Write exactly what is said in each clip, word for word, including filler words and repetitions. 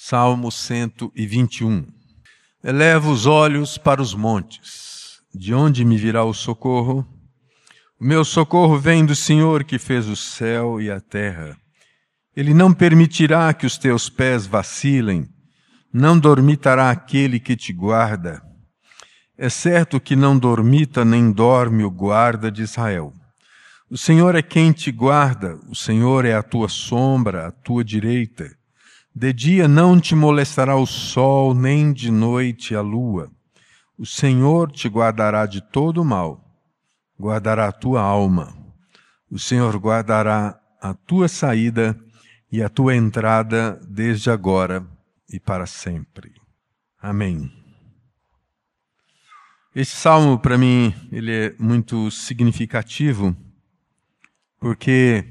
Salmo cento e vinte e um. Elevo os olhos para os montes. De onde me virá o socorro? O meu socorro vem do Senhor que fez o céu e a terra. Ele não permitirá que os teus pés vacilem, não dormitará aquele que te guarda. É certo que não dormita nem dorme o guarda de Israel. O Senhor é quem te guarda, o Senhor é a tua sombra, a tua direita. De dia não te molestará o sol, nem de noite a lua. O Senhor te guardará de todo o mal, guardará a tua alma. O Senhor guardará a tua saída e a tua entrada desde agora e para sempre. Amém. Esse salmo, para mim, ele é muito significativo, porque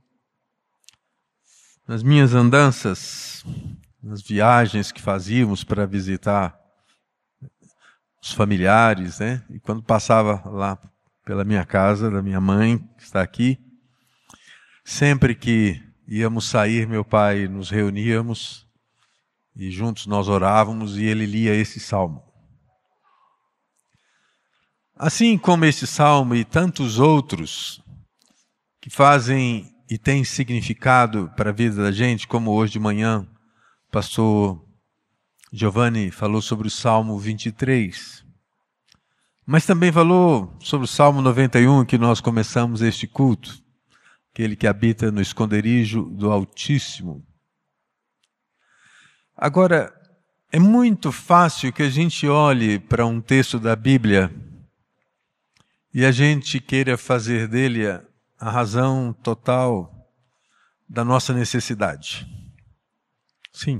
nas minhas andanças, nas viagens que fazíamos para visitar os familiares, né? E quando passava lá pela minha casa, da minha mãe, que está aqui, sempre que íamos sair, meu pai, nos reuníamos e juntos nós orávamos e ele lia esse salmo. Assim como esse salmo e tantos outros que fazem e têm significado para a vida da gente, como hoje de manhã o pastor Giovanni falou sobre o Salmo vinte e três, mas também falou sobre o Salmo noventa e um, que nós começamos este culto, aquele que habita no esconderijo do Altíssimo. Agora, é muito fácil que a gente olhe para um texto da Bíblia e a gente queira fazer dele a, a razão total da nossa necessidade. Sim.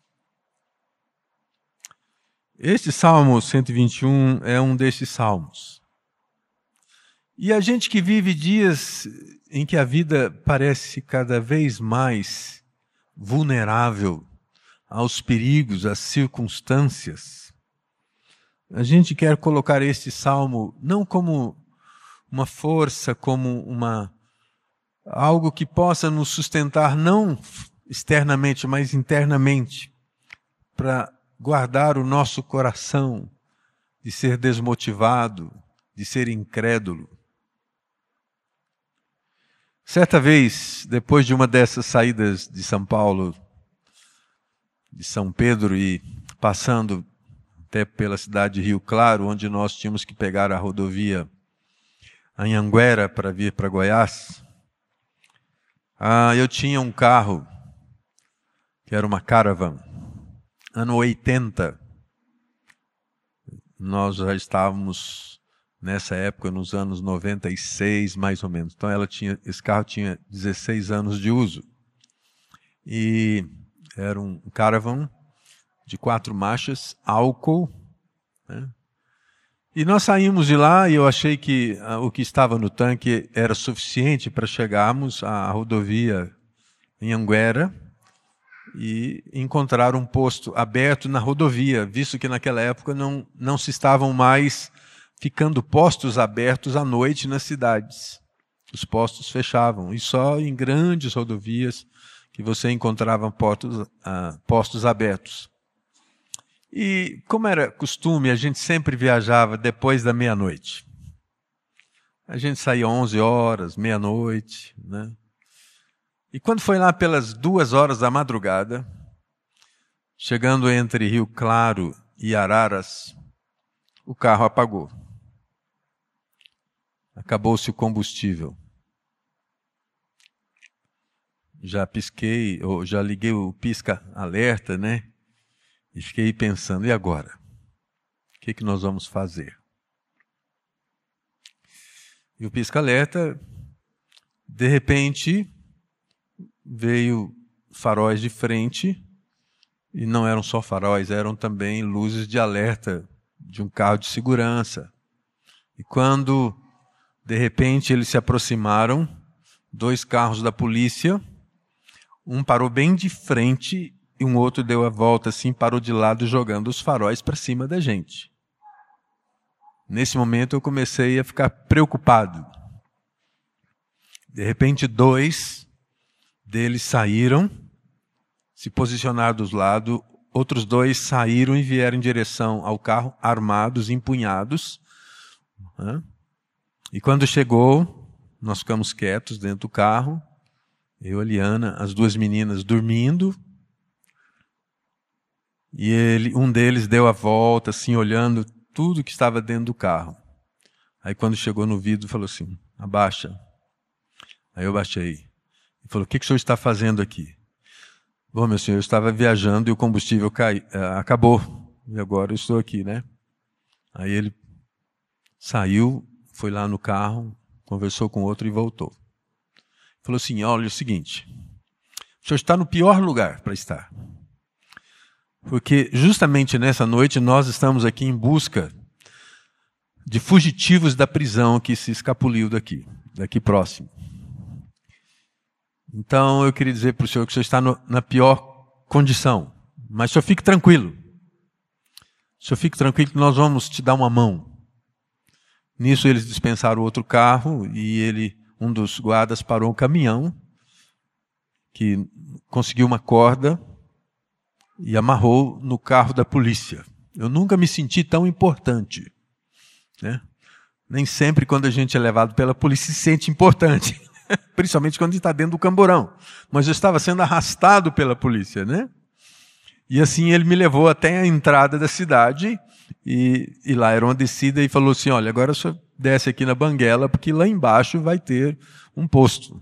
Este Salmo cento e vinte e um é um desses salmos. E a gente que vive dias em que a vida parece cada vez mais vulnerável aos perigos, às circunstâncias, a gente quer colocar este salmo não como uma força, como uma algo que possa nos sustentar não externamente, mas internamente, para guardar o nosso coração de ser desmotivado, de ser incrédulo. Certa vez, depois de uma dessas saídas de São Paulo, de São Pedro, e passando até pela cidade de Rio Claro, onde nós tínhamos que pegar a rodovia Anhanguera para vir para Goiás, ah, eu tinha um carro, que era uma Caravan, ano oitenta. Nós já estávamos nessa época, nos anos noventa e seis, mais ou menos. Então ela tinha, esse carro tinha dezesseis anos de uso. E era um Caravan de quatro marchas, álcool, né? E nós saímos de lá e eu achei que ah, o que estava no tanque era suficiente para chegarmos à rodovia em Anhanguera e encontrar um posto aberto na rodovia, visto que naquela época não, não se estavam mais ficando postos abertos à noite nas cidades. Os postos fechavam e só em grandes rodovias que você encontrava postos, ah, postos abertos. E, como era costume, a gente sempre viajava depois da meia-noite. A gente saía onze horas, meia-noite, né? E quando foi lá pelas duas horas da madrugada, chegando entre Rio Claro e Araras, o carro apagou. Acabou-se o combustível. Já pisquei, ou já liguei o pisca-alerta, né? E fiquei pensando, e agora? O que, que nós vamos fazer? E o pisca-alerta, de repente, veio faróis de frente, e não eram só faróis, eram também luzes de alerta de um carro de segurança. E quando, de repente, eles se aproximaram, dois carros da polícia, um parou bem de frente e um outro deu a volta assim, parou de lado, jogando os faróis para cima da gente. Nesse momento eu comecei a ficar preocupado. De repente, dois deles saíram se posicionaram dos lados, outros dois saíram e vieram em direção ao carro, armados, empunhados. Né? E quando chegou, nós ficamos quietos dentro do carro, eu, a Liana, as duas meninas dormindo, e ele, um deles deu a volta, assim, olhando tudo que estava dentro do carro. Aí quando chegou no vidro, falou assim, abaixa. Aí eu baixei. Ele falou, o que, que o senhor está fazendo aqui? Bom, meu senhor, eu estava viajando e o combustível cai, uh, acabou. E agora eu estou aqui, né? Aí ele saiu, foi lá no carro, conversou com outro e voltou. Falou assim, olha, é o seguinte, o senhor está no pior lugar para estar. Porque justamente nessa noite nós estamos aqui em busca de fugitivos da prisão que se escapuliu daqui, daqui próximo. Então eu queria dizer para o senhor que o senhor está no, na pior condição, mas o senhor fique tranquilo. O senhor fique tranquilo que nós vamos te dar uma mão. Nisso eles dispensaram outro carro e ele, um dos guardas parou um caminhão que conseguiu uma corda e amarrou no carro da polícia. Eu nunca me senti tão importante. Né? Nem sempre quando a gente é levado pela polícia se sente importante. Principalmente quando está dentro do camburão. Mas eu estava sendo arrastado pela polícia. Né? E assim ele me levou até a entrada da cidade. E, e lá era uma descida e falou assim, olha, agora o senhor desce aqui na Banguela, porque lá embaixo vai ter um posto.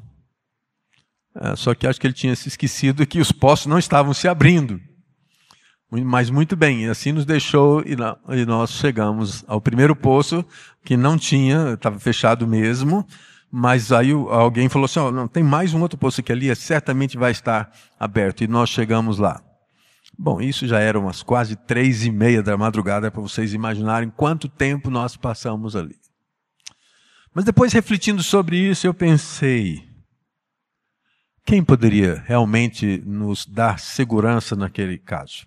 É, só que acho que ele tinha se esquecido que os postos não estavam se abrindo. Mas muito bem, assim nos deixou e nós chegamos ao primeiro poço, que não tinha, estava fechado mesmo, mas aí alguém falou assim, oh, não, tem mais um outro poço aqui ali, certamente vai estar aberto, e nós chegamos lá. Bom, isso já era umas quase três e meia da madrugada, para vocês imaginarem quanto tempo nós passamos ali. Mas depois, refletindo sobre isso, eu pensei, quem poderia realmente nos dar segurança naquele caso?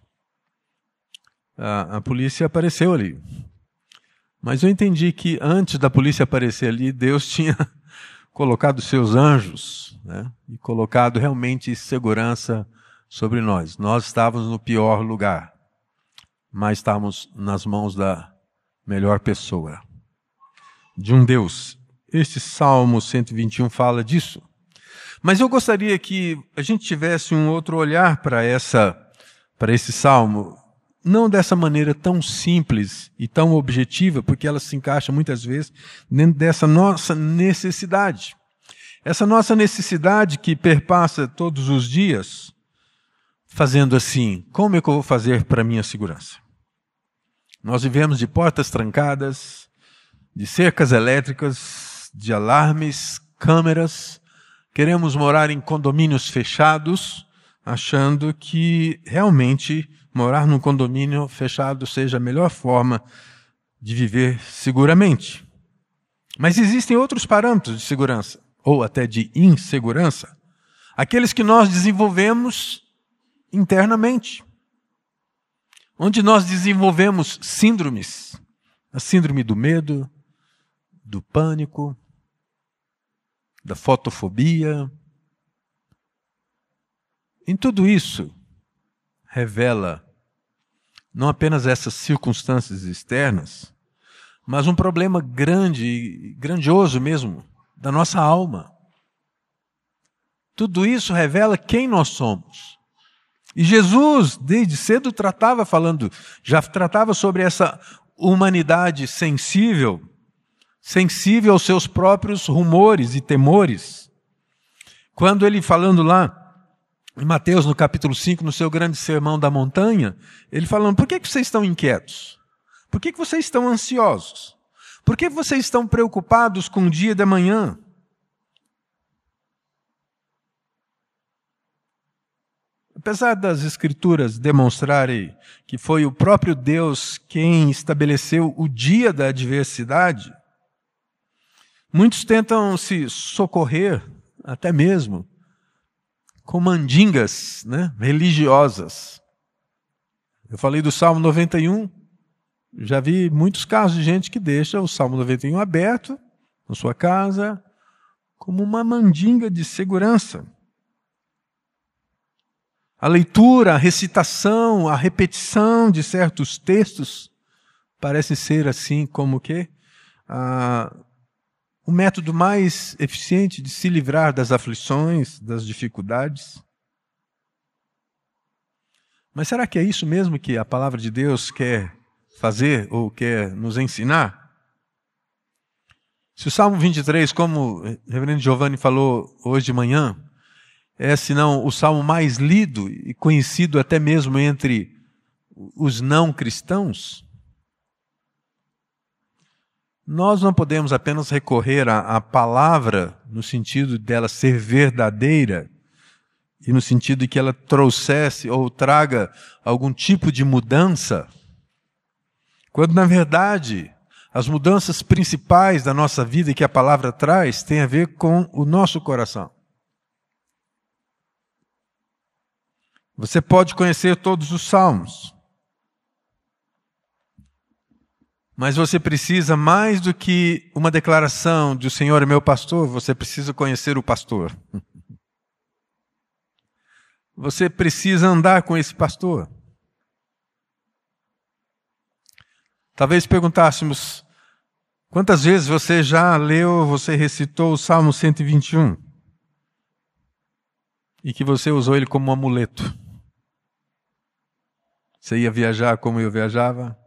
A, a polícia apareceu ali. Mas eu entendi que antes da polícia aparecer ali, Deus tinha colocado seus anjos, né, e colocado realmente segurança sobre nós. Nós estávamos no pior lugar, mas estávamos nas mãos da melhor pessoa, de um Deus. Este Salmo cento e vinte e um fala disso. Mas eu gostaria que a gente tivesse um outro olhar para essa, para esse Salmo, não dessa maneira tão simples e tão objetiva, porque ela se encaixa muitas vezes dentro dessa nossa necessidade. Essa nossa necessidade que perpassa todos os dias, fazendo assim, como é que eu vou fazer para a minha segurança? Nós vivemos de portas trancadas, de cercas elétricas, de alarmes, câmeras, queremos morar em condomínios fechados, achando que realmente morar num condomínio fechado seja a melhor forma de viver seguramente. Mas existem outros parâmetros de segurança, ou até de insegurança, aqueles que nós desenvolvemos internamente, onde nós desenvolvemos síndromes, a síndrome do medo, do pânico, da fotofobia. Em tudo isso, revela não apenas essas circunstâncias externas, mas um problema grande, grandioso mesmo, da nossa alma. Tudo isso revela quem nós somos. E Jesus, desde cedo, tratava falando, já tratava sobre essa humanidade sensível, sensível aos seus próprios rumores e temores. Quando ele falando lá, em Mateus, no capítulo cinco, no seu grande sermão da montanha, ele falando, por que que vocês estão inquietos? Por que que vocês estão ansiosos? Por que vocês estão preocupados com o dia da manhã? Apesar das Escrituras demonstrarem que foi o próprio Deus quem estabeleceu o dia da adversidade, muitos tentam se socorrer, até mesmo, com mandingas, né, religiosas. Eu falei do Salmo noventa e um, já vi muitos casos de gente que deixa o Salmo noventa e um aberto na sua casa como uma mandinga de segurança. A leitura, a recitação, a repetição de certos textos parece ser assim como que ah, o método mais eficiente de se livrar das aflições, das dificuldades. Mas será que é isso mesmo que a palavra de Deus quer fazer ou quer nos ensinar? Se o Salmo vinte e três, como o reverendo Giovanni falou hoje de manhã, é senão o salmo mais lido e conhecido até mesmo entre os não cristãos, nós não podemos apenas recorrer à, à palavra no sentido dela ser verdadeira e no sentido de que ela trouxesse ou traga algum tipo de mudança, quando na verdade as mudanças principais da nossa vida que a palavra traz têm a ver com o nosso coração. Você pode conhecer todos os salmos, mas você precisa mais do que uma declaração de o Senhor é meu pastor, você precisa conhecer o pastor. Você precisa andar com esse pastor. Talvez perguntássemos, quantas vezes você já leu, você recitou o Salmo cento e vinte e um? E que você usou ele como um amuleto? Você ia viajar como eu viajava?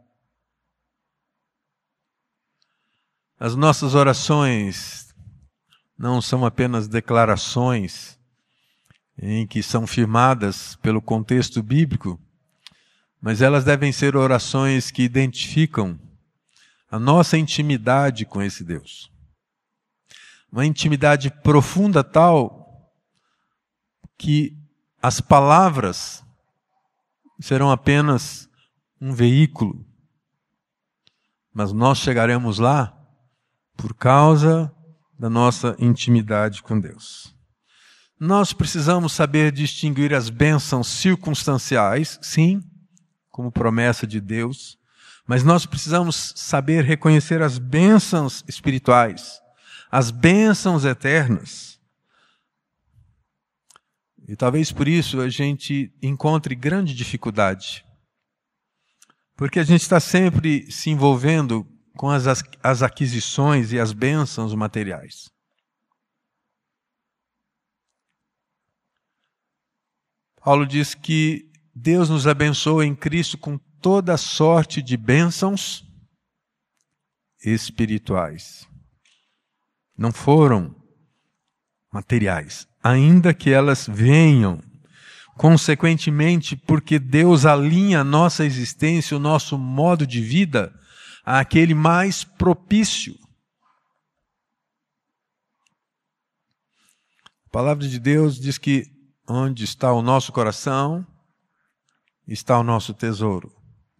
As nossas orações não são apenas declarações em que são firmadas pelo contexto bíblico, mas elas devem ser orações que identificam a nossa intimidade com esse Deus. Uma intimidade profunda tal que as palavras serão apenas um veículo, mas nós chegaremos lá por causa da nossa intimidade com Deus. Nós precisamos saber distinguir as bênçãos circunstanciais, sim, como promessa de Deus, mas nós precisamos saber reconhecer as bênçãos espirituais, as bênçãos eternas. E talvez por isso a gente encontre grande dificuldade, porque a gente está sempre se envolvendo com as, as aquisições e as bênçãos materiais. Paulo diz que Deus nos abençoa em Cristo com toda sorte de bênçãos espirituais. Não foram materiais, ainda que elas venham. Consequentemente, porque Deus alinha a nossa existência, o nosso modo de vida, àquele mais propício. A palavra de Deus diz que onde está o nosso coração, está o nosso tesouro.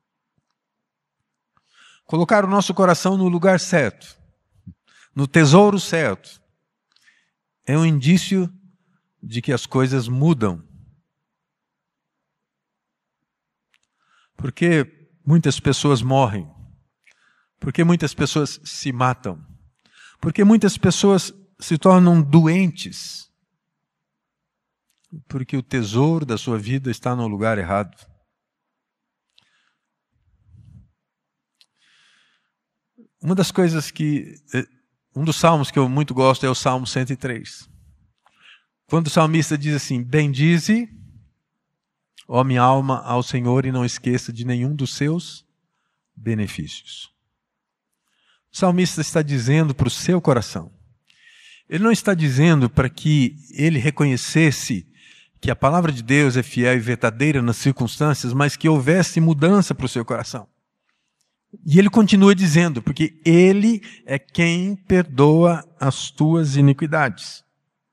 Colocar o nosso coração no lugar certo, no tesouro certo, é um indício de que as coisas mudam. Porque muitas pessoas morrem, porque muitas pessoas se matam, porque muitas pessoas se tornam doentes, porque o tesouro da sua vida está no lugar errado. Uma das coisas que, um dos salmos que eu muito gosto é o Salmo cento e três. Quando o salmista diz assim, bendize, ó minha alma, ao Senhor e não esqueça de nenhum dos seus benefícios. O salmista está dizendo para o seu coração. Ele não está dizendo para que ele reconhecesse que a palavra de Deus é fiel e verdadeira nas circunstâncias, mas que houvesse mudança para o seu coração. E ele continua dizendo, porque ele é quem perdoa as tuas iniquidades.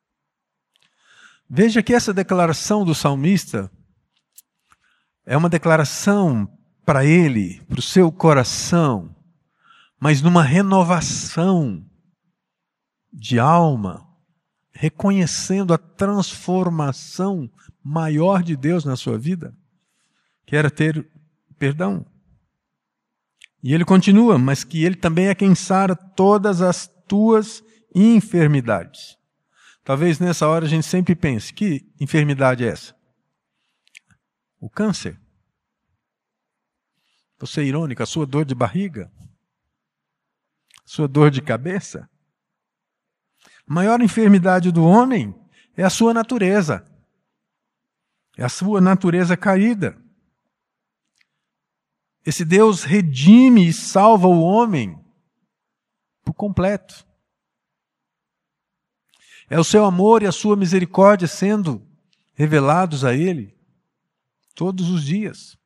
Veja que essa declaração do salmista é uma declaração para ele, para o seu coração, mas numa renovação de alma, reconhecendo a transformação maior de Deus na sua vida, que era ter perdão. E ele continua, mas que ele também é quem sara todas as tuas enfermidades. Talvez nessa hora a gente sempre pense, que enfermidade é essa? o câncer. Vou ser irônico, a sua dor de barriga, a sua dor de cabeça. A maior enfermidade do homem é a sua natureza. É a sua natureza caída. Esse Deus redime e salva o homem por completo. É o seu amor e a sua misericórdia sendo revelados a ele todos os dias.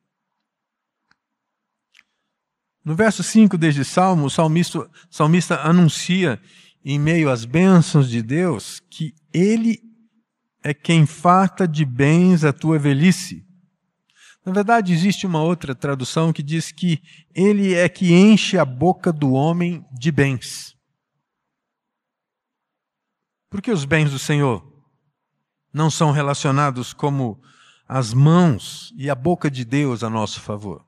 No verso cinco deste salmo, o salmista, o salmista anuncia, em meio às bênçãos de Deus, que ele é quem farta de bens a tua velhice. Na verdade, existe uma outra tradução que diz que ele é que enche a boca do homem de bens. Por que os bens do Senhor não são relacionados como as mãos e a boca de Deus a nosso favor?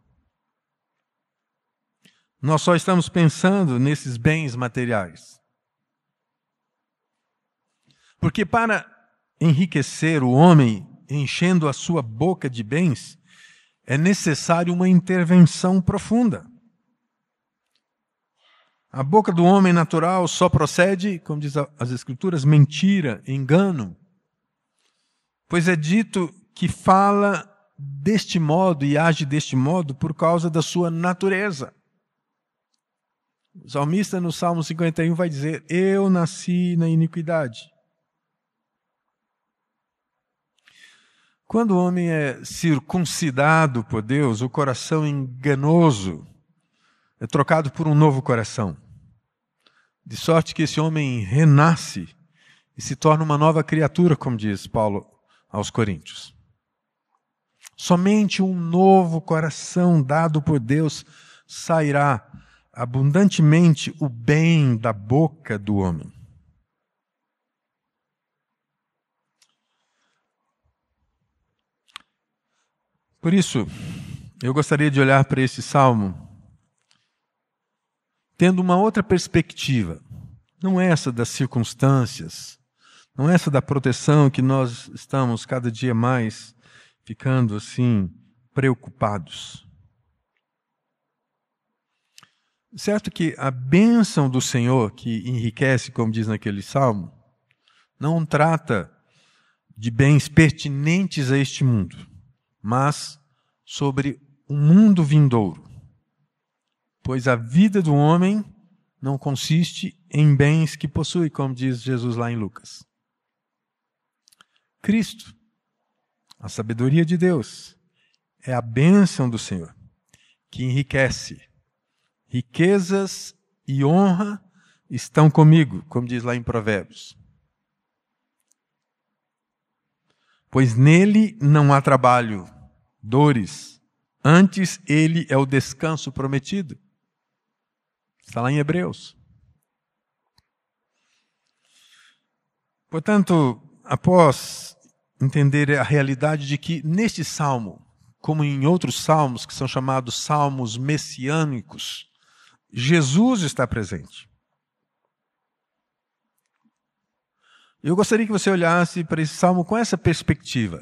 Nós só estamos pensando nesses bens materiais. Porque para enriquecer o homem, enchendo a sua boca de bens, é necessário uma intervenção profunda. A boca do homem natural só procede, como diz as Escrituras, mentira, engano. Pois é dito que fala deste modo e age deste modo por causa da sua natureza. O salmista no Salmo cinquenta e um vai dizer, eu nasci na iniquidade. Quando o homem é circuncidado por Deus, o coração enganoso é trocado por um novo coração. De sorte que esse homem renasce e se torna uma nova criatura, como diz Paulo aos Coríntios. Somente um novo coração dado por Deus sairá abundantemente o bem da boca do homem. Por isso, eu gostaria de olhar para esse salmo tendo uma outra perspectiva. Não é essa das circunstâncias, não é essa da proteção que nós estamos cada dia mais ficando assim preocupados. Certo que a bênção do Senhor, que enriquece, como diz naquele salmo, não trata de bens pertinentes a este mundo, mas sobre o mundo vindouro. Pois a vida do homem não consiste em bens que possui, como diz Jesus lá em Lucas. Cristo, a sabedoria de Deus, é a bênção do Senhor, que enriquece. Riquezas e honra estão comigo, como diz lá em Provérbios. Pois nele não há trabalho, dores, antes ele é o descanso prometido. Está lá em Hebreus. Portanto, após entender a realidade de que neste salmo, como em outros salmos que são chamados salmos messiânicos, Jesus está presente. Eu gostaria que você olhasse para esse salmo com essa perspectiva.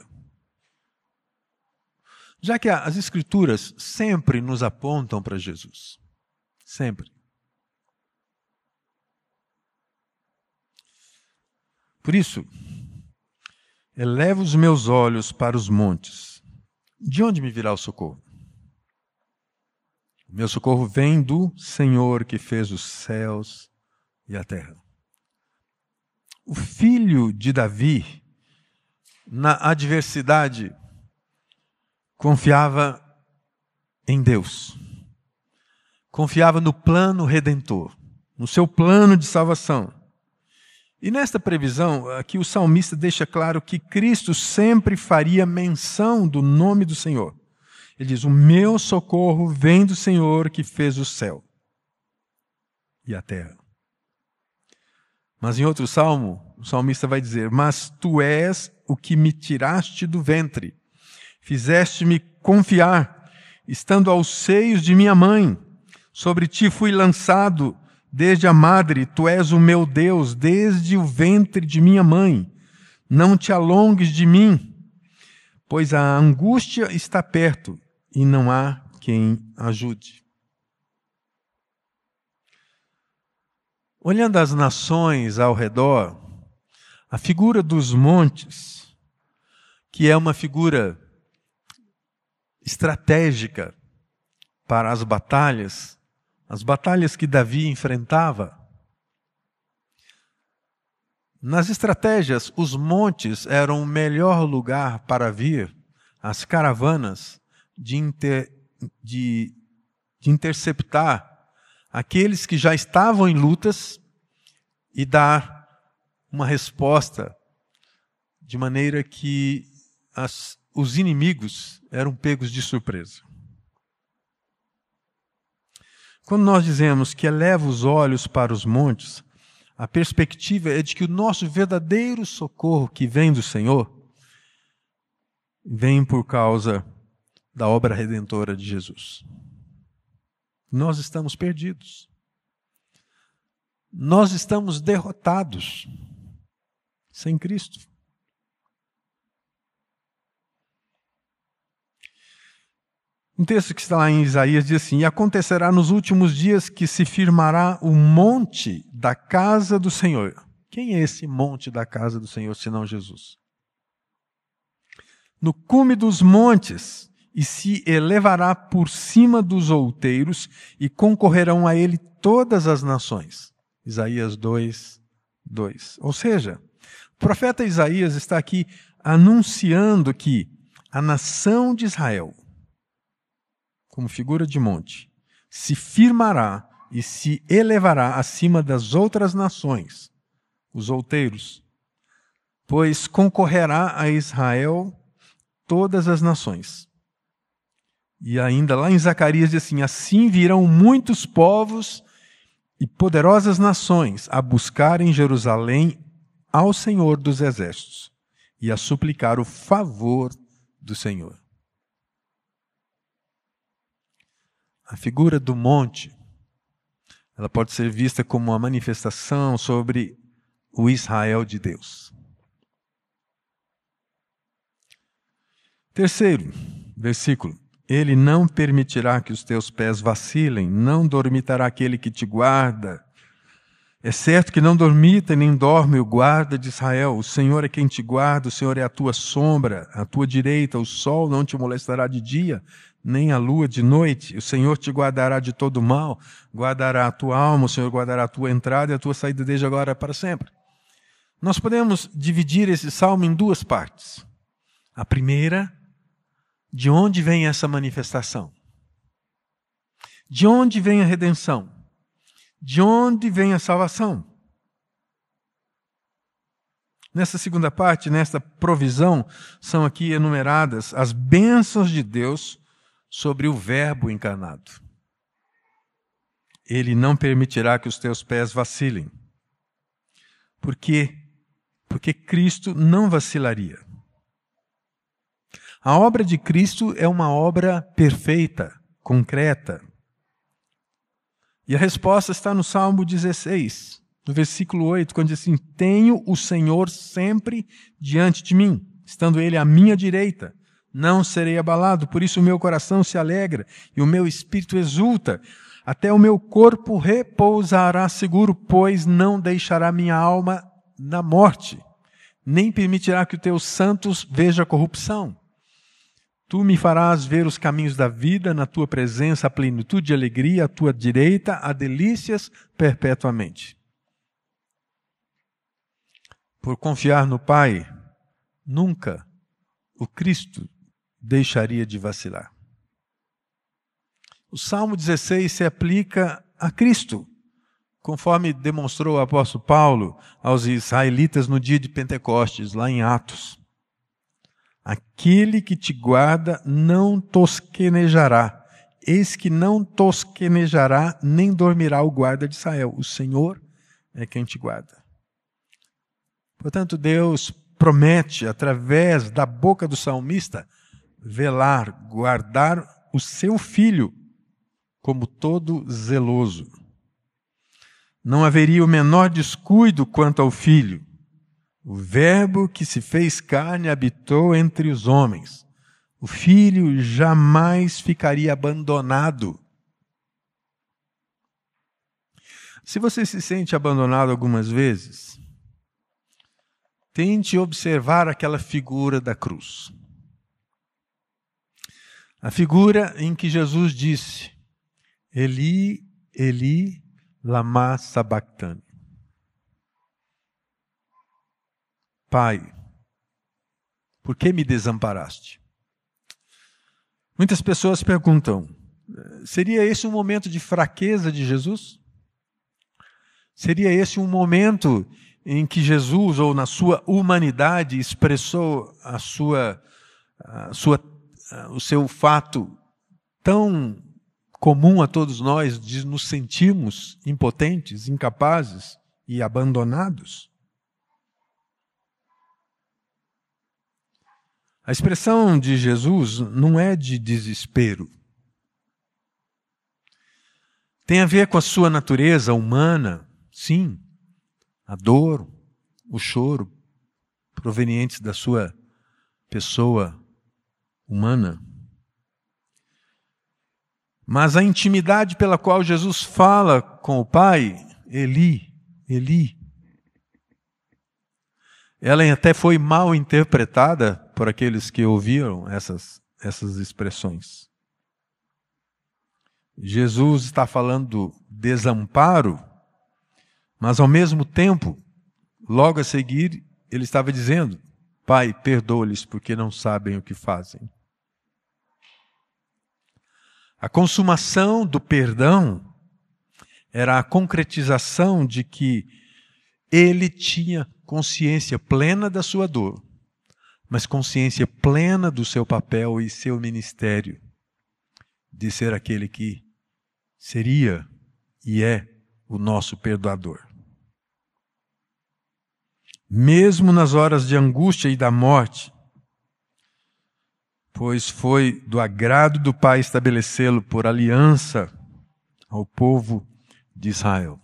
Já que as Escrituras sempre nos apontam para Jesus. Sempre. Por isso, elevo os meus olhos para os montes. De onde me virá o socorro? O meu socorro vem do Senhor que fez os céus e a terra. O filho de Davi, na adversidade, confiava em Deus. Confiava no plano redentor, no seu plano de salvação. E nesta previsão, aqui o salmista deixa claro que Cristo sempre faria menção do nome do Senhor. Ele diz, o meu socorro vem do Senhor que fez o céu e a terra. Mas em outro salmo, o salmista vai dizer, mas tu és o que me tiraste do ventre, fizeste-me confiar, estando aos seios de minha mãe, sobre ti fui lançado desde a madre, tu és o meu Deus, desde o ventre de minha mãe. Não te alongues de mim, pois a angústia está perto e não há quem ajude. Olhando as nações ao redor, a figura dos montes, que é uma figura estratégica para as batalhas, as batalhas que Davi enfrentava. Nas estratégias, os montes eram o melhor lugar para vir as caravanas de, inter, de, de interceptar aqueles que já estavam em lutas e dar uma resposta de maneira que as, os inimigos eram pegos de surpresa. Quando nós dizemos que eleva os olhos para os montes, a perspectiva é de que o nosso verdadeiro socorro que vem do Senhor vem por causa da obra redentora de Jesus. Nós estamos perdidos. Nós estamos derrotados sem Cristo. Um texto que está lá em Isaías diz assim: e acontecerá nos últimos dias que se firmará o monte da casa do Senhor. Quem é esse monte da casa do Senhor, senão Jesus? No cume dos montes, e se elevará por cima dos outeiros, e concorrerão a ele todas as nações. Isaías dois, dois. Ou seja, o profeta Isaías está aqui anunciando que a nação de Israel, como figura de monte, se firmará e se elevará acima das outras nações, os outeiros, pois concorrerá a Israel todas as nações. E ainda lá em Zacarias diz assim: assim virão muitos povos e poderosas nações a buscar em Jerusalém ao Senhor dos Exércitos e a suplicar o favor do Senhor. A figura do monte, ela pode ser vista como uma manifestação sobre o Israel de Deus. Terceiro versículo: ele não permitirá que os teus pés vacilem, não dormitará aquele que te guarda. É certo que não dormita nem dorme o guarda de Israel. O Senhor é quem te guarda, o Senhor é a tua sombra, a tua direita. O sol não te molestará de dia, nem a lua de noite. O Senhor te guardará de todo mal, guardará a tua alma, o Senhor guardará a tua entrada e a tua saída desde agora para sempre. Nós podemos dividir esse salmo em duas partes. A primeira, de onde vem essa manifestação? De onde vem a redenção? De onde vem a salvação? Nessa segunda parte, nesta provisão, são aqui enumeradas as bênçãos de Deus sobre o Verbo encarnado. Ele não permitirá que os teus pés vacilem. Por quê? Porque Cristo não vacilaria. A obra de Cristo é uma obra perfeita, concreta. E a resposta está no Salmo dezesseis, no versículo oito, quando diz assim: tenho o Senhor sempre diante de mim, estando Ele à minha direita. Não serei abalado, por isso o meu coração se alegra e o meu espírito exulta. Até o meu corpo repousará seguro, pois não deixará minha alma na morte, nem permitirá que os teus santos vejam a corrupção. Tu me farás ver os caminhos da vida, na tua presença a plenitude de alegria, à tua direita há delícias perpetuamente. Por confiar no Pai, nunca o Cristo deixaria de vacilar. O Salmo dezesseis se aplica a Cristo, conforme demonstrou o apóstolo Paulo aos israelitas no dia de Pentecostes, lá em Atos. Aquele que te guarda não tosquenejará. Eis que não tosquenejará, nem dormirá o guarda de Israel. O Senhor é quem te guarda. Portanto, Deus promete, através da boca do salmista, velar, guardar o seu filho como todo zeloso. Não haveria o menor descuido quanto ao filho. O Verbo que se fez carne habitou entre os homens. O Filho jamais ficaria abandonado. Se você se sente abandonado algumas vezes, tente observar aquela figura da cruz. A figura em que Jesus disse, Eli, Eli, lama sabachthani. Pai, por que me desamparaste? Muitas pessoas perguntam, seria esse um momento de fraqueza de Jesus? Seria esse um momento em que Jesus, ou na sua humanidade, expressou a sua, a sua, o seu fato tão comum a todos nós de nos sentirmos impotentes, incapazes e abandonados? A expressão de Jesus não é de desespero. Tem a ver com a sua natureza humana, sim, a dor, o choro, provenientes da sua pessoa humana. Mas a intimidade pela qual Jesus fala com o Pai, Eli, Eli, ela até foi mal interpretada por aqueles que ouviram essas, essas expressões. Jesus está falando do desamparo, mas ao mesmo tempo, logo a seguir, ele estava dizendo, Pai, perdoa-lhes porque não sabem o que fazem. A consumação do perdão era a concretização de que ele tinha consciência plena da sua dor, mas consciência plena do seu papel e seu ministério, de ser aquele que seria e é o nosso perdoador. Mesmo nas horas de angústia e da morte, pois foi do agrado do Pai estabelecê-lo por aliança ao povo de Israel.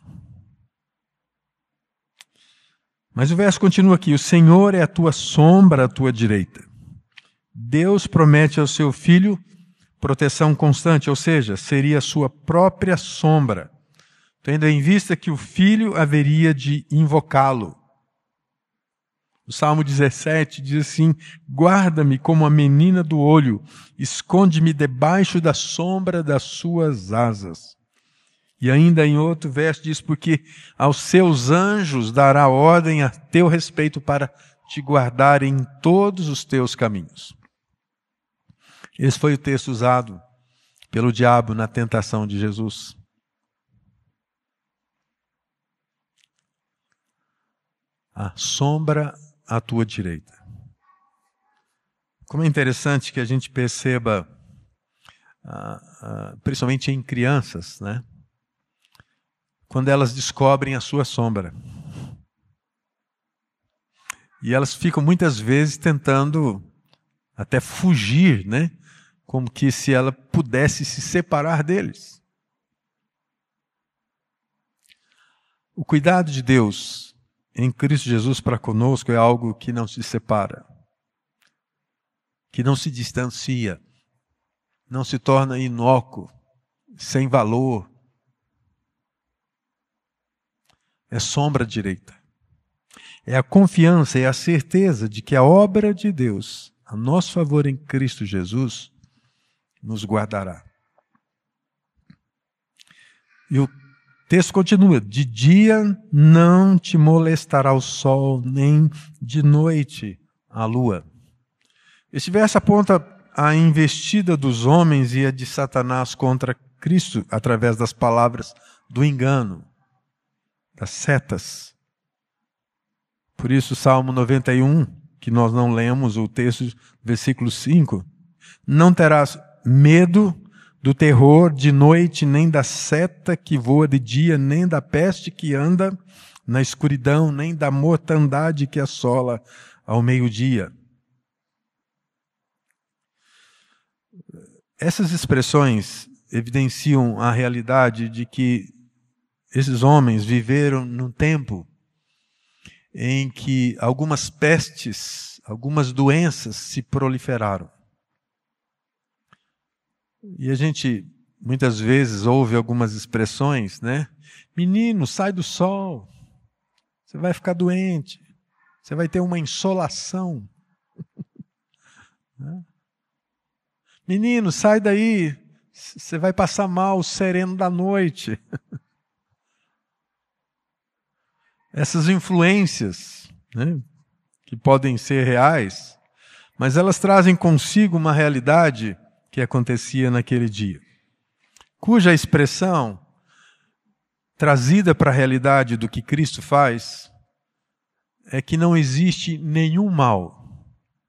Mas o verso continua aqui, o Senhor é a tua sombra à tua direita. Deus promete ao seu filho proteção constante, ou seja, seria a sua própria sombra, tendo em vista que o filho haveria de invocá-lo. O Salmo dezessete diz assim, guarda-me como a menina do olho, esconde-me debaixo da sombra das suas asas. E ainda em outro verso diz, porque aos seus anjos dará ordem a teu respeito para te guardar em todos os teus caminhos. Esse foi o texto usado pelo diabo na tentação de Jesus. A sombra à tua direita. Como é interessante que a gente perceba, ah, ah, principalmente em crianças, né? Quando elas descobrem a sua sombra. E elas ficam muitas vezes tentando até fugir, né? Como que se ela pudesse se separar deles. O cuidado de Deus em Cristo Jesus para conosco é algo que não se separa, que não se distancia, não se torna inócuo, sem valor. É sombra direita. É a confiança, é a certeza de que a obra de Deus, a nosso favor em Cristo Jesus, nos guardará. E o texto continua, de dia não te molestará o sol, nem de noite a lua. Esse verso aponta a investida dos homens e a de Satanás contra Cristo, através das palavras do engano, das setas. Por isso, Salmo noventa e um, que nós não lemos, o texto, versículo cinco, não terás medo do terror de noite, nem da seta que voa de dia, nem da peste que anda na escuridão, nem da mortandade que assola ao meio-dia. Essas expressões evidenciam a realidade de que esses homens viveram num tempo em que algumas pestes, algumas doenças se proliferaram. E a gente muitas vezes ouve algumas expressões, né? Menino, sai do sol, você vai ficar doente, você vai ter uma insolação. Menino, sai daí, você vai passar mal o sereno da noite. Essas influências, né, que podem ser reais, mas elas trazem consigo uma realidade que acontecia naquele dia, cuja expressão trazida para a realidade do que Cristo faz é que não existe nenhum mal,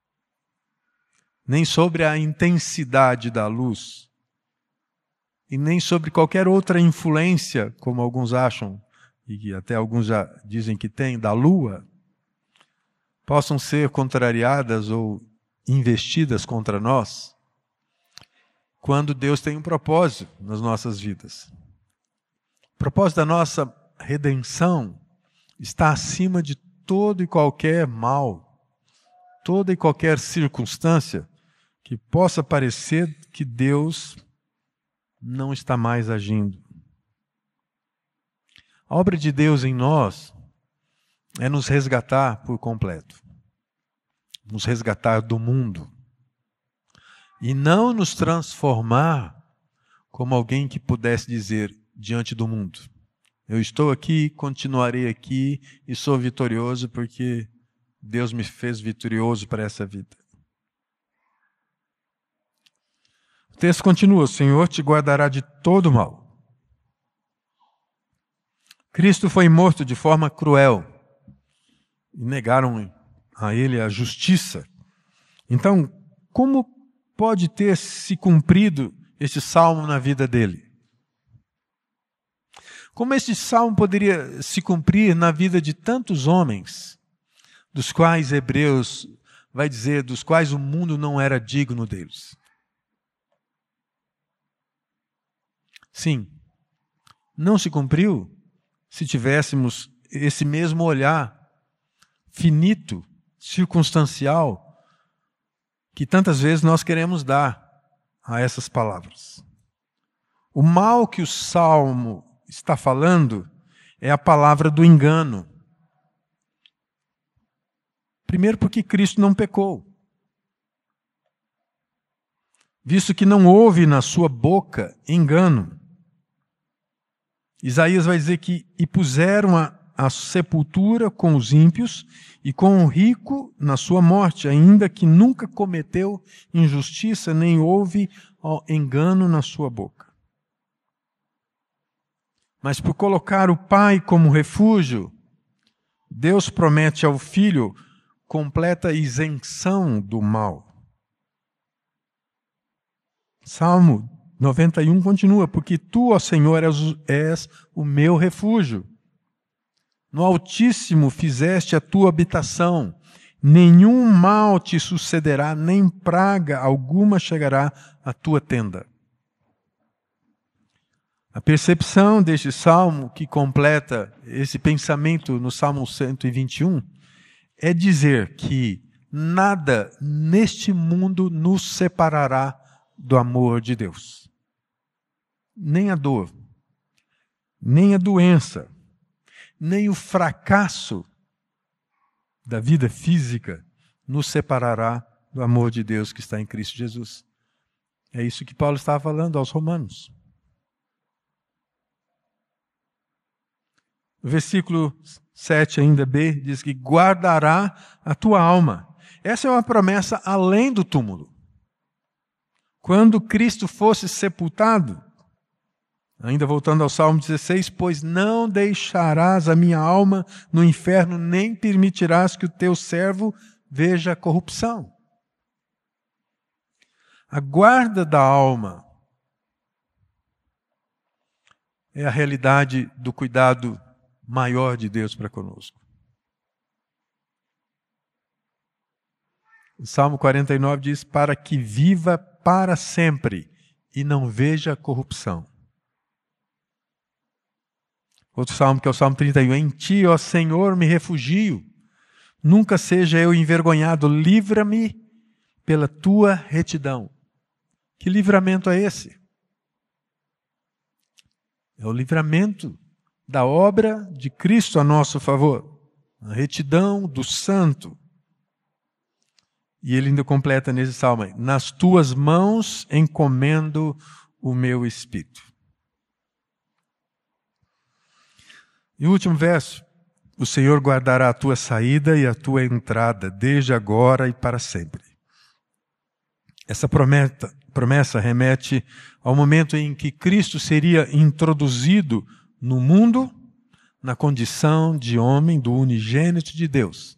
nem sobre a intensidade da luz, e nem sobre qualquer outra influência, como alguns acham, e até alguns já dizem que tem, da lua, possam ser contrariadas ou investidas contra nós, quando Deus tem um propósito nas nossas vidas. O propósito da nossa redenção está acima de todo e qualquer mal, toda e qualquer circunstância que possa parecer que Deus não está mais agindo. A obra de Deus em nós é nos resgatar por completo, nos resgatar do mundo, e não nos transformar como alguém que pudesse dizer diante do mundo: eu estou aqui, continuarei aqui e sou vitorioso porque Deus me fez vitorioso para essa vida. O texto continua: o Senhor te guardará de todo mal. Cristo foi morto de forma cruel e negaram a ele a justiça. Então, como pode ter se cumprido este salmo na vida dele? Como este salmo poderia se cumprir na vida de tantos homens, dos quais Hebreus vai dizer, dos quais o mundo não era digno deles? Sim, não se cumpriu se tivéssemos esse mesmo olhar finito, circunstancial, que tantas vezes nós queremos dar a essas palavras. O mal que o Salmo está falando é a palavra do engano. Primeiro porque Cristo não pecou, visto que não houve na sua boca engano. Isaías vai dizer que e puseram a, a sepultura com os ímpios e com o rico na sua morte, ainda que nunca cometeu injustiça, nem houve ó, engano na sua boca. Mas por colocar o Pai como refúgio, Deus promete ao Filho completa isenção do mal. Salmo noventa e um continua: porque tu, ó Senhor, és, és o meu refúgio. No Altíssimo fizeste a tua habitação. Nenhum mal te sucederá, nem praga alguma chegará à tua tenda. A percepção deste salmo, que completa esse pensamento no Salmo cento e vinte e um, é dizer que nada neste mundo nos separará do amor de Deus. Nem a dor, nem a doença, nem o fracasso da vida física nos separará do amor de Deus que está em Cristo Jesus. É isso que Paulo estava falando aos Romanos. O versículo sete, ainda B, diz que guardará a tua alma. Essa é uma promessa além do túmulo. Quando Cristo fosse sepultado, ainda voltando ao Salmo dezesseis, pois não deixarás a minha alma no inferno, nem permitirás que o teu servo veja a corrupção. A guarda da alma é a realidade do cuidado maior de Deus para conosco. O Salmo quarenta e nove diz: para que viva para sempre e não veja corrupção. Outro salmo, que é o Salmo trinta e um: em ti, ó Senhor, me refugio. Nunca seja eu envergonhado, livra-me pela tua retidão. Que livramento é esse? É o livramento da obra de Cristo a nosso favor. A retidão do santo. E ele ainda completa nesse salmo aí, nas tuas mãos encomendo o meu espírito. E o último verso, o Senhor guardará a tua saída e a tua entrada, desde agora e para sempre. Essa promessa, promessa remete ao momento em que Cristo seria introduzido no mundo, na condição de homem do unigênito de Deus.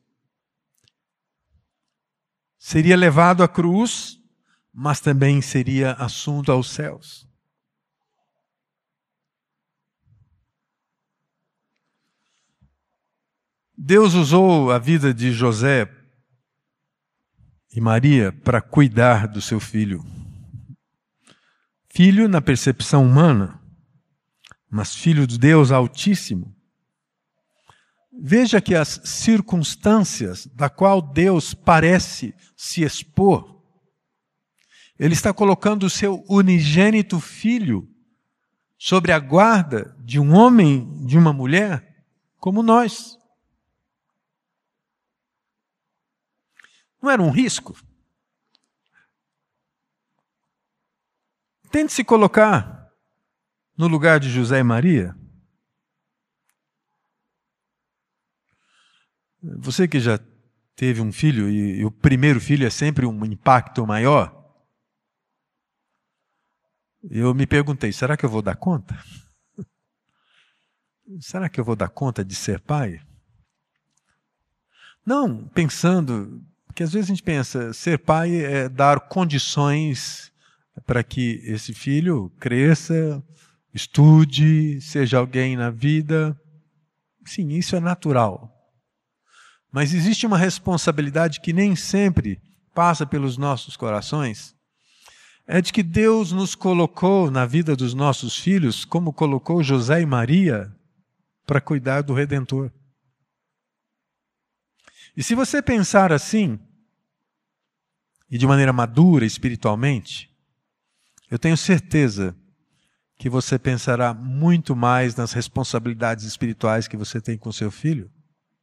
Seria levado à cruz, mas também seria assunto aos céus. Deus usou a vida de José e Maria para cuidar do seu filho. Filho na percepção humana, mas filho de Deus Altíssimo. Veja que as circunstâncias da qual Deus parece se expor, Ele está colocando o seu unigênito filho sobre a guarda de um homem, de uma mulher, como nós. Não era um risco? Tente se colocar no lugar de José e Maria. Você que já teve um filho, e, e o primeiro filho é sempre um impacto maior, eu me perguntei, será que eu vou dar conta? Será que eu vou dar conta de ser pai? Não, pensando, porque às vezes a gente pensa, ser pai é dar condições para que esse filho cresça, estude, seja alguém na vida. Sim, isso é natural. Mas existe uma responsabilidade que nem sempre passa pelos nossos corações. É de que Deus nos colocou na vida dos nossos filhos, como colocou José e Maria, para cuidar do Redentor. E se você pensar assim, e de maneira madura espiritualmente, eu tenho certeza que você pensará muito mais nas responsabilidades espirituais que você tem com seu filho.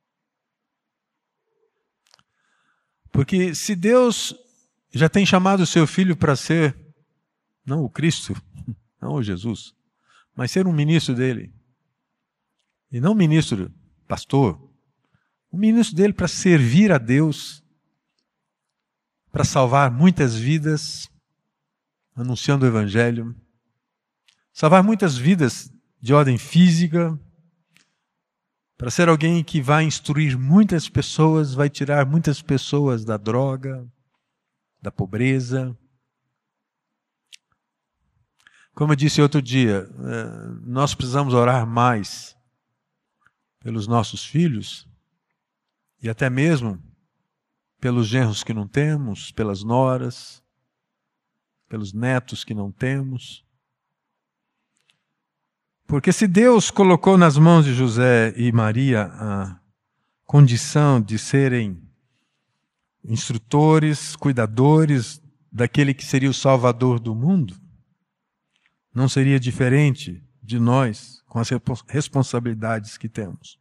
Porque se Deus já tem chamado o seu filho para ser, não o Cristo, não o Jesus, mas ser um ministro dele, e não um ministro, pastor, um ministro dele para servir a Deus, para salvar muitas vidas, anunciando o Evangelho, salvar muitas vidas de ordem física, para ser alguém que vai instruir muitas pessoas, vai tirar muitas pessoas da droga, da pobreza. Como eu disse outro dia, nós precisamos orar mais pelos nossos filhos e até mesmo pelos genros que não temos, pelas noras, pelos netos que não temos. Porque se Deus colocou nas mãos de José e Maria a condição de serem instrutores, cuidadores daquele que seria o Salvador do mundo, não seria diferente de nós com as responsabilidades que temos.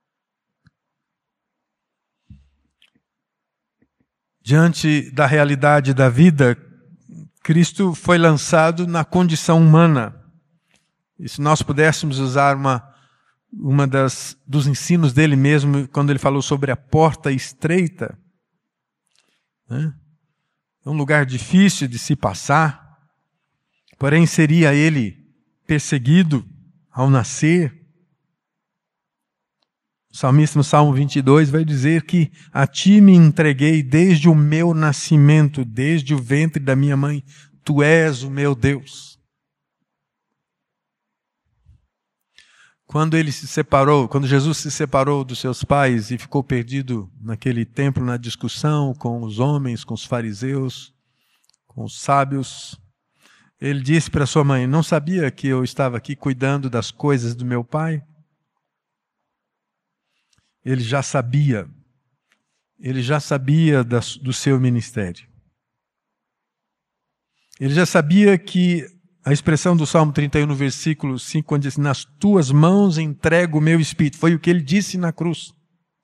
Diante da realidade da vida, Cristo foi lançado na condição humana. E se nós pudéssemos usar uma, uma das, dos ensinos dele mesmo, quando ele falou sobre a porta estreita, né? É um lugar difícil de se passar, porém seria ele perseguido ao nascer. O salmista no Salmo vinte e dois vai dizer que a ti me entreguei desde o meu nascimento, desde o ventre da minha mãe, tu és o meu Deus. Quando ele se separou, quando Jesus se separou dos seus pais e ficou perdido naquele templo na discussão com os homens, com os fariseus, com os sábios, ele disse para sua mãe, não sabia que eu estava aqui cuidando das coisas do meu pai? Ele já sabia, ele já sabia da, do seu ministério. Ele já sabia que a expressão do Salmo trinta e um, no versículo cinco, quando diz, nas tuas mãos entrego o meu espírito, foi o que ele disse na cruz.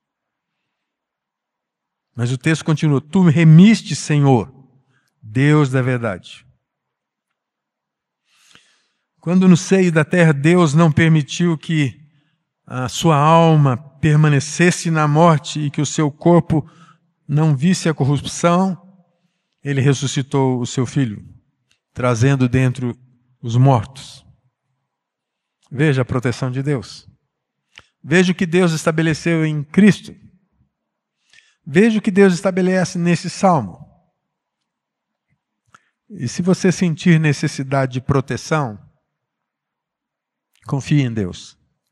Mas o texto continua, tu me remiste, Senhor, Deus da verdade. Quando no seio da terra Deus não permitiu que a sua alma permanecesse na morte e que o seu corpo não visse a corrupção, ele ressuscitou o seu filho, trazendo dentro os mortos. Veja a proteção de Deus. Veja o que Deus estabeleceu em Cristo. Veja o que Deus estabelece nesse salmo. E se você sentir necessidade de proteção, confie em Deus.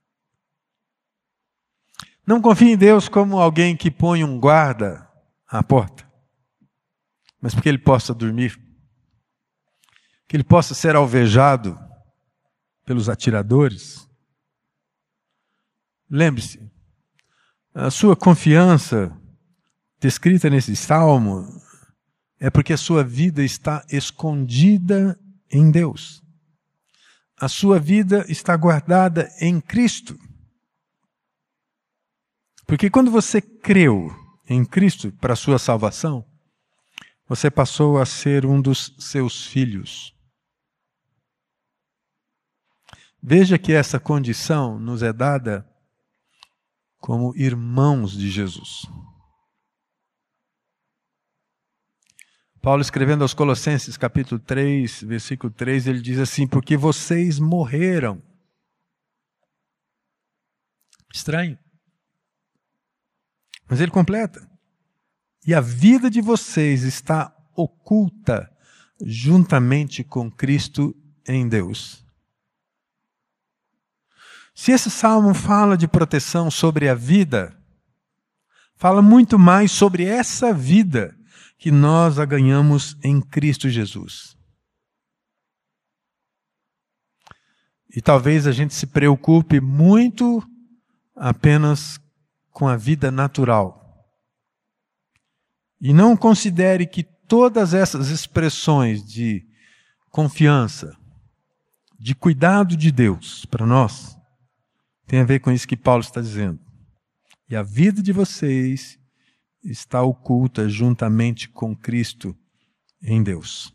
Não confie em Deus como alguém que põe um guarda à porta, mas porque ele possa dormir, que ele possa ser alvejado pelos atiradores. Lembre-se, a sua confiança descrita nesse salmo é porque a sua vida está escondida em Deus. A sua vida está guardada em Cristo. Porque quando você creu em Cristo para a sua salvação, você passou a ser um dos seus filhos. Veja que essa condição nos é dada como irmãos de Jesus. Paulo, escrevendo aos Colossenses, capítulo três, versículo três, ele diz assim, porque vocês morreram. Estranho. Mas ele completa. E a vida de vocês está oculta juntamente com Cristo em Deus. Se esse salmo fala de proteção sobre a vida, fala muito mais sobre essa vida que nós a ganhamos em Cristo Jesus. E talvez a gente se preocupe muito apenas com a vida natural. E não considere que todas essas expressões de confiança, de cuidado de Deus para nós, tem a ver com isso que Paulo está dizendo. E a vida de vocês está oculta juntamente com Cristo em Deus.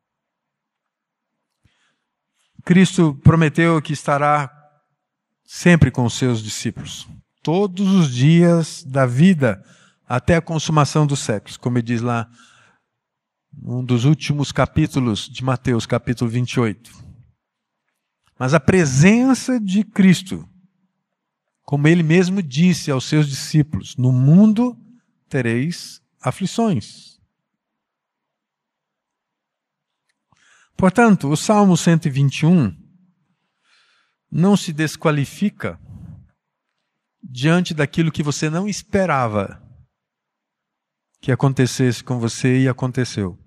Cristo prometeu que estará sempre com os seus discípulos, todos os dias da vida, até a consumação dos séculos, como ele diz lá, um dos últimos capítulos de Mateus, capítulo vinte e oito. Mas a presença de Cristo, como ele mesmo disse aos seus discípulos, no mundo tereis aflições. Portanto, o Salmo cento e vinte e um não se desqualifica diante daquilo que você não esperava que acontecesse com você e aconteceu.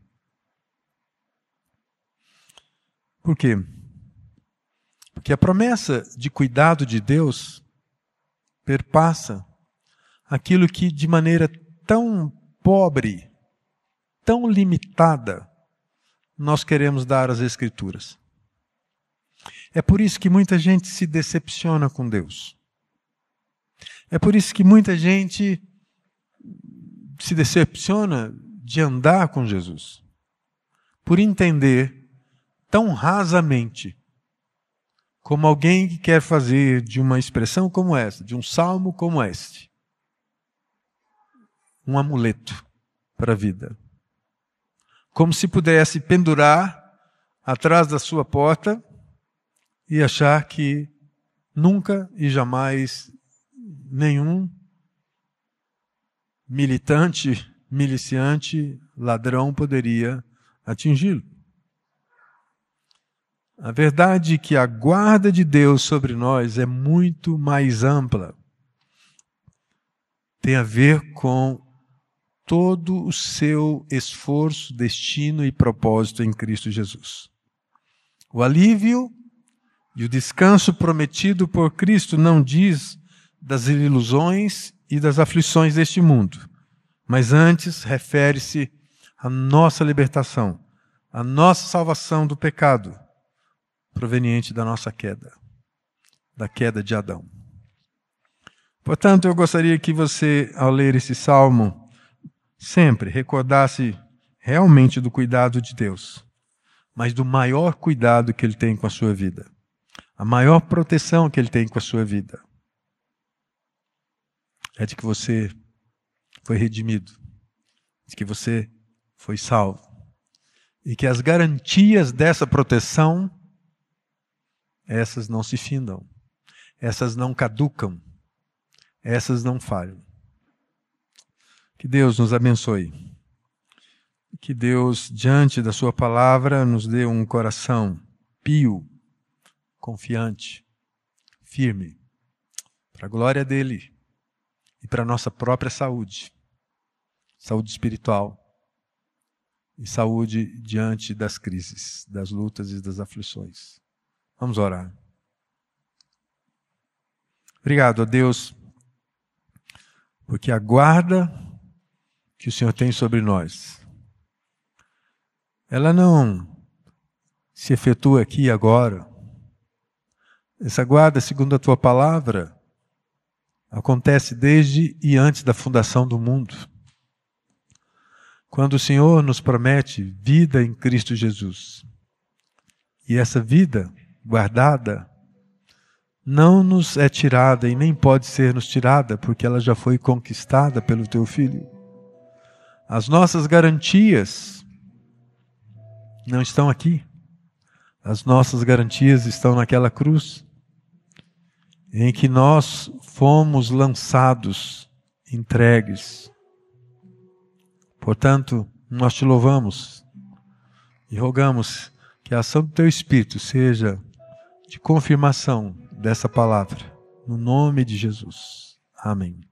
Por quê? Porque a promessa de cuidado de Deus perpassa aquilo que de maneira tão pobre, tão limitada, nós queremos dar às Escrituras. É por isso que muita gente se decepciona com Deus. É por isso que muita gente se decepciona de andar com Jesus. Por entender tão rasamente como alguém que quer fazer de uma expressão como essa, de um salmo como este, um amuleto para a vida. Como se pudesse pendurar atrás da sua porta e achar que nunca e jamais nenhum militante, miliciante, ladrão poderia atingi-lo. A verdade é que a guarda de Deus sobre nós é muito mais ampla. Tem a ver com todo o seu esforço, destino e propósito em Cristo Jesus. O alívio e o descanso prometido por Cristo não diz das ilusões e das aflições deste mundo, mas antes refere-se à nossa libertação, à nossa salvação do pecado, proveniente da nossa queda, da queda de Adão. Portanto, eu gostaria que você, ao ler esse salmo, sempre recordasse realmente do cuidado de Deus, mas do maior cuidado que Ele tem com a sua vida, a maior proteção que Ele tem com a sua vida, é de que você foi redimido, de que você foi salvo, e que as garantias dessa proteção, essas não se findam, essas não caducam, essas não falham. Que Deus nos abençoe. Que Deus, diante da sua palavra, nos dê um coração pio, confiante, firme, para a glória dele e para a nossa própria saúde, saúde espiritual e saúde diante das crises, das lutas e das aflições. Vamos orar. Obrigado a Deus, porque a guarda que o Senhor tem sobre nós, ela não se efetua aqui e agora. Essa guarda, segundo a tua palavra, acontece desde e antes da fundação do mundo. Quando o Senhor nos promete vida em Cristo Jesus. E essa vida guardada não nos é tirada e nem pode ser nos tirada, porque ela já foi conquistada pelo teu Filho. As nossas garantias não estão aqui. As nossas garantias estão naquela cruz, em que nós fomos lançados, entregues. Portanto, nós te louvamos e rogamos que a ação do teu Espírito seja de confirmação dessa palavra, no nome de Jesus. Amém.